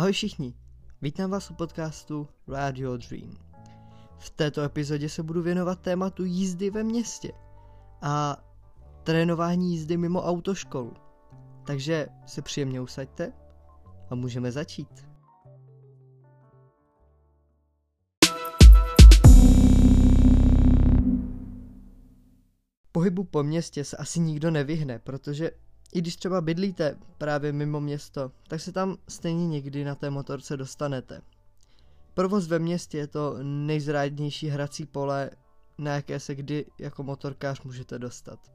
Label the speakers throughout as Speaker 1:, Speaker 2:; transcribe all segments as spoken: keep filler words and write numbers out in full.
Speaker 1: Ahoj všichni, vítám vás u podcastu Radio Dream. V této epizodě se budu věnovat tématu jízdy ve městě a trénování jízdy mimo autoškolu. Takže se příjemně usaďte a můžeme začít. Pohybu po městě se asi nikdo nevyhne, protože i když třeba bydlíte právě mimo město, tak se tam stejně někdy na té motorce dostanete. Provoz ve městě je to nejzrádnější hrací pole, na jaké se kdy jako motorkář můžete dostat.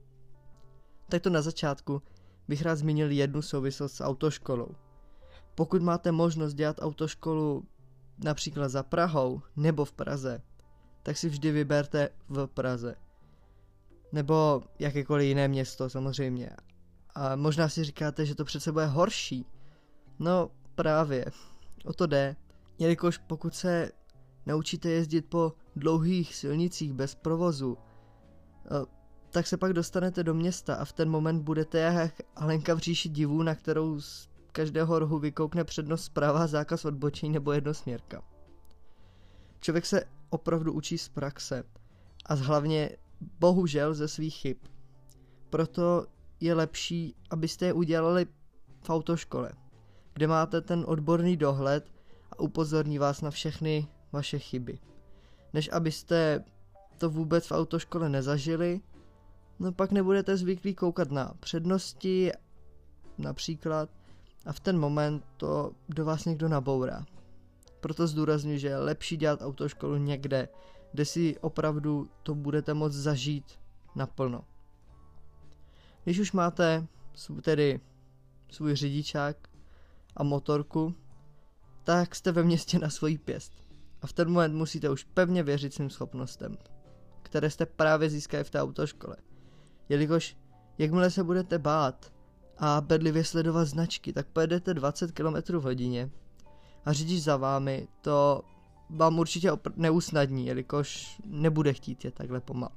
Speaker 1: Tak to na začátku bych rád zmínil jednu souvislost s autoškolou. Pokud máte možnost dělat autoškolu například za Prahou nebo v Praze, tak si vždy vyberte v Praze. Nebo jakékoliv jiné město samozřejmě. A možná si říkáte, že to přece bude horší. No právě, o to jde. Jelikož pokud se naučíte jezdit po dlouhých silnicích bez provozu, tak se pak dostanete do města a v ten moment budete jak Alenka v říši divů, na kterou z každého rohu vykoukne přednost zprava, zákaz odbočení nebo jednosměrka. Člověk se opravdu učí z praxe a hlavně bohužel ze svých chyb. Proto je lepší, abyste je udělali v autoškole, kde máte ten odborný dohled a upozorní vás na všechny vaše chyby. Než abyste to vůbec v autoškole nezažili, no pak nebudete zvyklí koukat na přednosti například a v ten moment to do vás někdo nabourá. Proto zdůrazňuji, že je lepší dělat autoškolu někde, kde si opravdu to budete moct zažít naplno. Když už máte svůj, tedy svůj řidičák a motorku, tak jste ve městě na svůj pěst. A v ten moment musíte už pevně věřit svým schopnostem, které jste právě získali v té autoškole. Jelikož jakmile se budete bát a bedlivě sledovat značky, tak pojedete dvacet kilometrů v hodině a řidič za vámi to vám určitě opr- neusnadní, jelikož nebude chtít je takhle pomalu.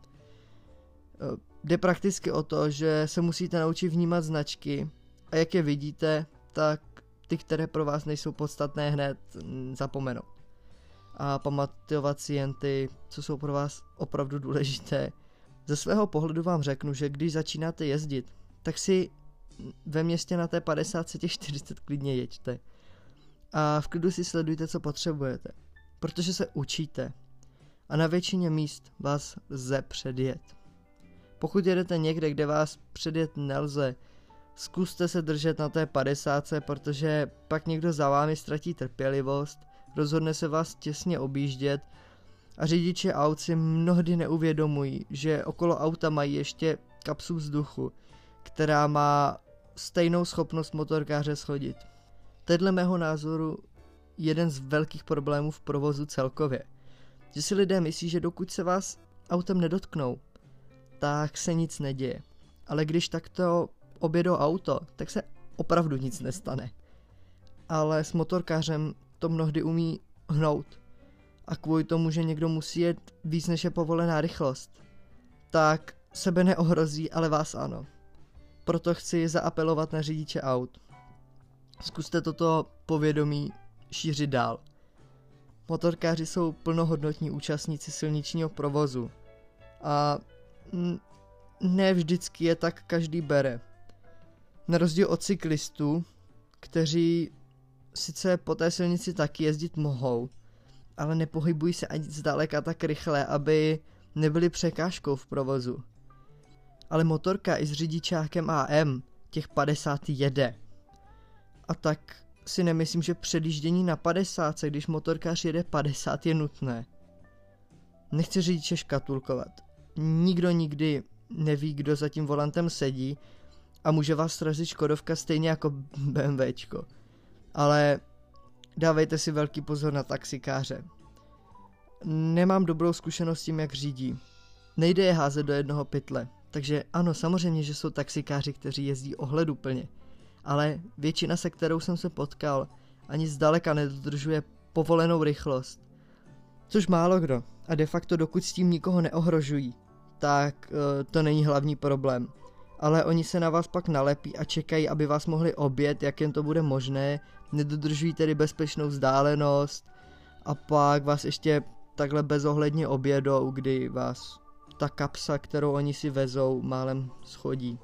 Speaker 1: Jde prakticky o to, že se musíte naučit vnímat značky a jak je vidíte, tak ty, které pro vás nejsou podstatné, hned zapomenout. A pamatovat si jen ty, co jsou pro vás opravdu důležité. Ze svého pohledu vám řeknu, že když začínáte jezdit, tak si ve městě na té padesátce těch čtyřicet klidně jeďte. A v klidu si sledujte, co potřebujete. Protože se učíte. A na většině míst vás lze předjet. Pokud jedete někde, kde vás předjet nelze, zkuste se držet na té padesátce, protože pak někdo za vámi ztratí trpělivost, rozhodne se vás těsně objíždět a řidiči aut si mnohdy neuvědomují, že okolo auta mají ještě kapsu vzduchu, která má stejnou schopnost motorkáře shodit. To je dle mého názoru jeden z velkých problémů v provozu celkově. Že si lidé myslí, že dokud se vás autem nedotknou, tak se nic neděje. Ale když takto objedou auto, tak se opravdu nic nestane. Ale s motorkářem to mnohdy umí hnout. A kvůli tomu, že někdo musí jet víc než je povolená rychlost, tak sebe neohrozí, ale vás ano. Proto chci zaapelovat na řidiče aut. Zkuste toto povědomí šířit dál. Motorkáři jsou plnohodnotní účastníci silničního provozu. A ne vždycky je tak každý bere. Na rozdíl od cyklistů, kteří sice po té silnici taky jezdit mohou, ale nepohybují se ani zdaleka tak rychle, aby nebyli překážkou v provozu. Ale motorka i s řidičákem A M těch padesát jede. A tak si nemyslím, že předjíždění na padesátce, když motorkář jede padesát, je nutné. Nechci řidiče škatulkovat. Nikdo nikdy neví, kdo za tím volantem sedí a může vás srazit Škodovka stejně jako BMWčko. Ale dávejte si velký pozor na taxikáře. Nemám dobrou zkušenost s tím, jak řídí. Nejde je házet do jednoho pytle. Takže ano, samozřejmě, že jsou taxikáři, kteří jezdí ohleduplně. Ale většina, se kterou jsem se potkal, ani zdaleka nedodržuje povolenou rychlost. Což málo kdo. A de facto dokud s tím nikoho neohrožují, tak uh, to není hlavní problém. ale oni se na vás pak nalepí a čekají, aby vás mohli objet, jak jen to bude možné, nedodržují tedy bezpečnou vzdálenost a pak vás ještě takhle bezohledně objedou, kdy vás ta kapsa, kterou oni si vezou, málem schodí.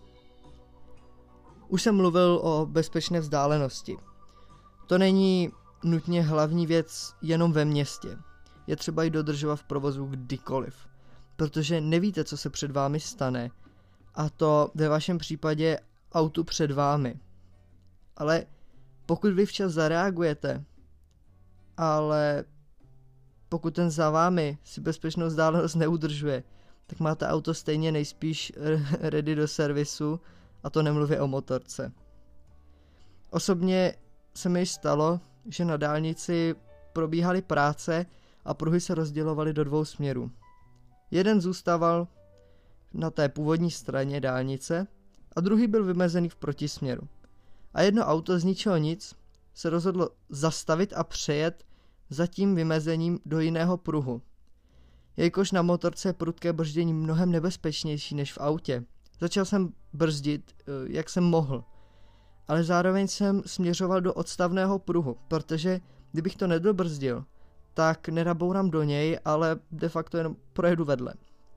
Speaker 1: Už jsem mluvil o bezpečné vzdálenosti. To není nutně hlavní věc jenom ve městě. Je třeba ji dodržovat v provozu kdykoliv, protože nevíte, co se před vámi stane, a to ve vašem případě autu před vámi. Ale pokud vy včas zareagujete, ale pokud ten za vámi si bezpečnou vzdálenost neudržuje, tak máte auto stejně nejspíš ready do servisu, a to nemluvě o motorce. Osobně se mi stalo, že na dálnici probíhaly práce a pruhy se rozdělovaly do dvou směrů. Jeden zůstával na té původní straně dálnice a druhý byl vymezený v protisměru. A jedno auto z ničeho nic se rozhodlo zastavit a přejet za tím vymezením do jiného pruhu. Jelikož na motorce je prudké brždění mnohem nebezpečnější než v autě, začal jsem brzdit, jak jsem mohl. Ale zároveň jsem směřoval do odstavného pruhu, protože kdybych to nedobrzdil, tak nenabourám do něj, ale de facto jenom projedu vedle.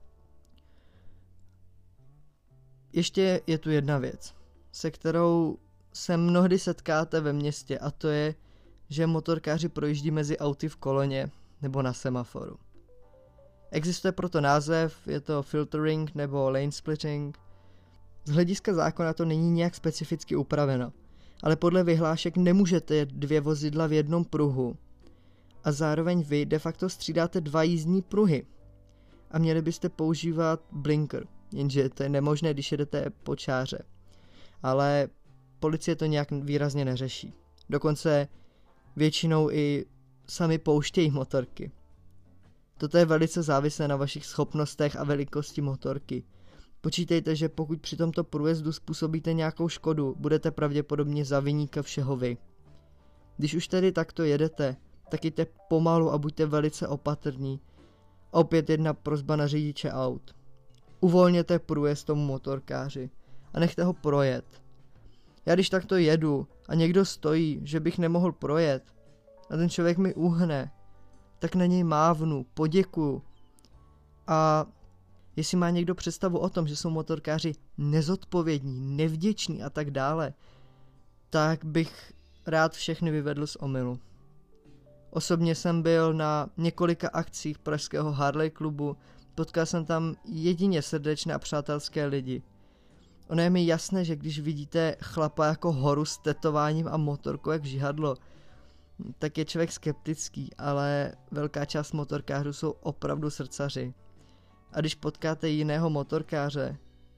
Speaker 1: Ještě je tu jedna věc, se kterou se mnohdy setkáte ve městě, a to je, že motorkáři projíždí mezi auty v koloně nebo na semaforu. Existuje proto název, je to filtering nebo lane splitting. Z hlediska zákona to není nějak specificky upraveno, ale podle vyhlášek nemůžete jet dvě vozidla v jednom pruhu a zároveň vy de facto střídáte dva jízdní pruhy a měli byste používat blinker, jenže to je nemožné, když jedete po čáře. Ale policie to nějak výrazně neřeší. Dokonce většinou i sami pouštějí motorky. Toto je velice závislé na vašich schopnostech a velikosti motorky. Počítejte, že pokud při tomto průjezdu způsobíte nějakou škodu, budete pravděpodobně za viníka všeho vy. Když už tedy takto jedete, tak jděte pomalu a buďte velice opatrní. Opět jedna prosba na řidiče aut. Uvolněte průjezd tomu motorkáři a nechte ho projet. Já když takto jedu a někdo stojí, že bych nemohl projet a ten člověk mi uhne, tak na něj mávnu, poděkuju. A jestli má někdo představu o tom, že jsou motorkáři nezodpovědní, nevděční a tak dále, tak bych rád všechny vyvedl z omylu. Osobně jsem byl na několika akcích pražského Harley klubu, potkal jsem tam jedině srdečné a přátelské lidi. Ono je mi jasné, že když vidíte chlapa jako horu s tetováním a motorkou jak žihadlo, tak je člověk skeptický, ale velká část motorkářů jsou opravdu srdcaři. A když potkáte jiného motorkáře,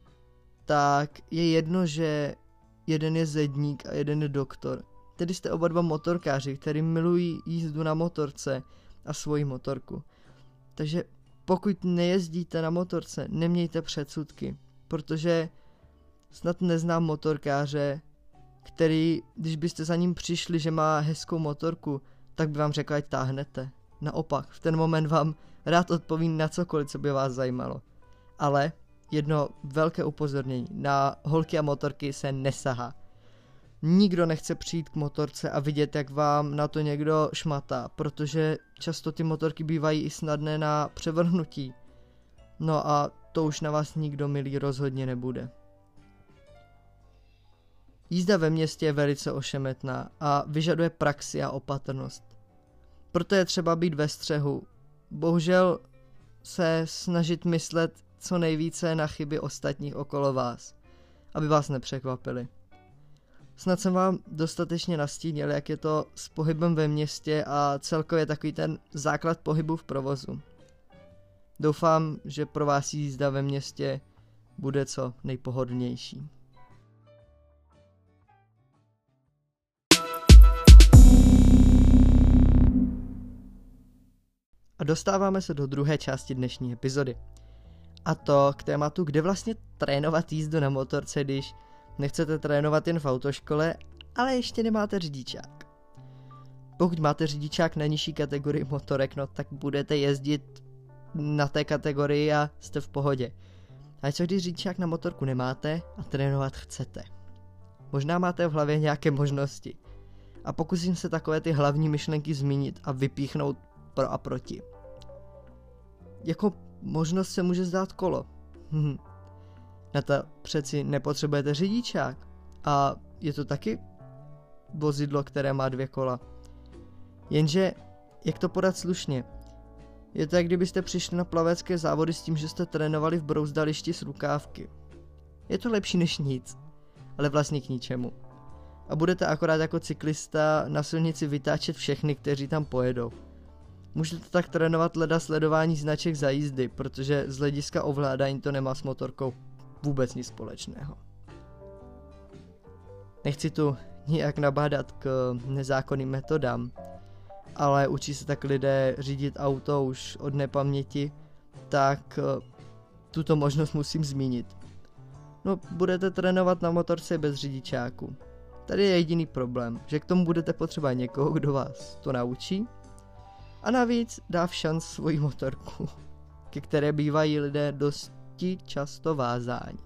Speaker 1: tak je jedno, že jeden je zedník a jeden je doktor. Tedy jste oba dva motorkáři, kteří milují jízdu na motorce a svoji motorku. Takže pokud nejezdíte na motorce, nemějte předsudky, protože snad neznám motorkáře, který, když byste za ním přišli, že má hezkou motorku, tak by vám řekl, ať táhnete. Naopak, v ten moment vám rád odpovím na cokoliv, co by vás zajímalo. Ale jedno velké upozornění, na holky a motorky se nesahá. Nikdo nechce přijít k motorce a vidět, jak vám na to někdo šmatá, protože často ty motorky bývají i snadné na převrhnutí. No a to už na vás nikdo milý rozhodně nebude. Jízda ve městě je velice ošemetná a vyžaduje praxi a opatrnost. Proto je třeba být ve střehu. Bohužel se snažit myslet co nejvíce na chyby ostatních okolo vás, aby vás nepřekvapili. Snad jsem vám dostatečně nastínil, jak je to s pohybem ve městě a celkově takový ten základ pohybu v provozu. Doufám, že pro vás jízda ve městě bude co nejpohodlnější. A dostáváme se do druhé části dnešní epizody. A to k tématu, kde vlastně trénovat jízdu na motorce, když nechcete trénovat jen v autoškole, ale ještě nemáte řidičák. Pokud máte řidičák na nižší kategorii motorek, no tak budete jezdit na té kategorii a jste v pohodě. Ale co když řidičák na motorku nemáte a trénovat chcete? Možná máte v hlavě nějaké možnosti. A pokusím se takové ty hlavní myšlenky zmínit a vypíchnout pro a proti. Jako možnost se může zdát kolo. Hm. Na to přeci nepotřebujete řidičák. A je to taky vozidlo, které má dvě kola. Jenže, jak to podat slušně? Je to, jak kdybyste přišli na plavecké závody s tím, že jste trénovali v brouzdališti s rukávky. Je to lepší než nic, ale vlastně k ničemu. A budete akorát jako cyklista na silnici vytáčet všechny, kteří tam pojedou. Můžete tak trénovat leda sledování značek za jízdy, protože z hlediska ovládání to nemá s motorkou vůbec nic společného. Nechci tu nijak nabádat k nezákonným metodám, ale učí se tak lidé řídit auto už od nepaměti, tak tuto možnost musím zmínit. No, budete trénovat na motorce bez řidičáku. Tady je jediný problém, že k tomu budete potřebovat někoho, kdo vás to naučí a navíc dá v šanc svoji motorku, ke které bývají lidé dosti často vázáni.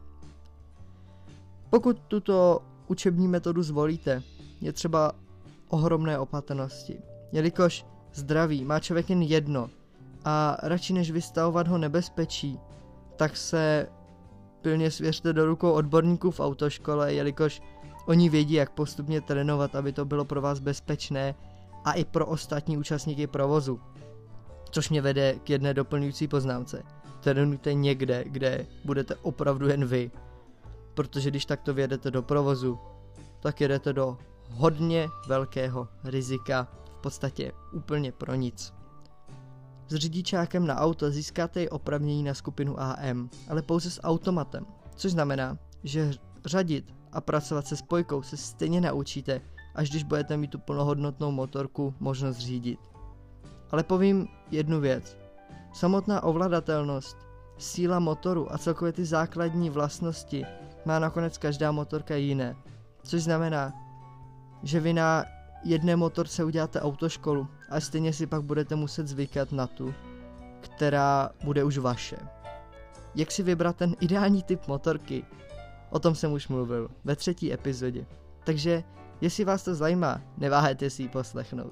Speaker 1: Pokud tuto učební metodu zvolíte, je třeba ohromné opatrnosti, jelikož zdraví má člověk jen jedno a radši než vystavovat ho nebezpečí, tak se pilně svěřte do rukou odborníků v autoškole, jelikož oni vědí, jak postupně trénovat, aby to bylo pro vás bezpečné a i pro ostatní účastníky provozu. Což mě vede k jedné doplňující poznámce. Trénujte někde, kde budete opravdu jen vy. Protože když takto vyjedete do provozu, tak jedete do hodně velkého rizika, v podstatě úplně pro nic. S řidičákem na auto získáte i oprávnění na skupinu A M, ale pouze s automatem, což znamená, že řadit a pracovat se spojkou se stejně naučíte, až když budete mít tu plnohodnotnou motorku možnost řídit. Ale povím jednu věc. Samotná ovladatelnost, síla motoru a celkově ty základní vlastnosti má nakonec každá motorka jiné. Což znamená, že vy na jedné motorce uděláte autoškolu a stejně si pak budete muset zvykat na tu, která bude už vaše. Jak si vybrat ten ideální typ motorky? O tom jsem už mluvil ve třetí epizodě. Takže, jestli vás to zajímá, neváhejte si ji poslechnout.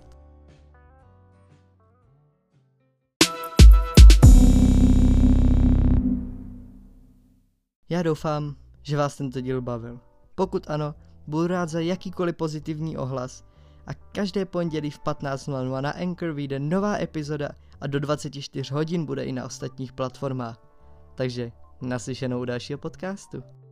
Speaker 1: Já doufám, že vás tento díl bavil. Pokud ano, budu rád za jakýkoliv pozitivní ohlas a každé pondělí v patnáct nula nula na Anchor vyjde nová epizoda a do dvacet čtyři hodin bude i na ostatních platformách. Takže naslyšenou u dalšího podcastu.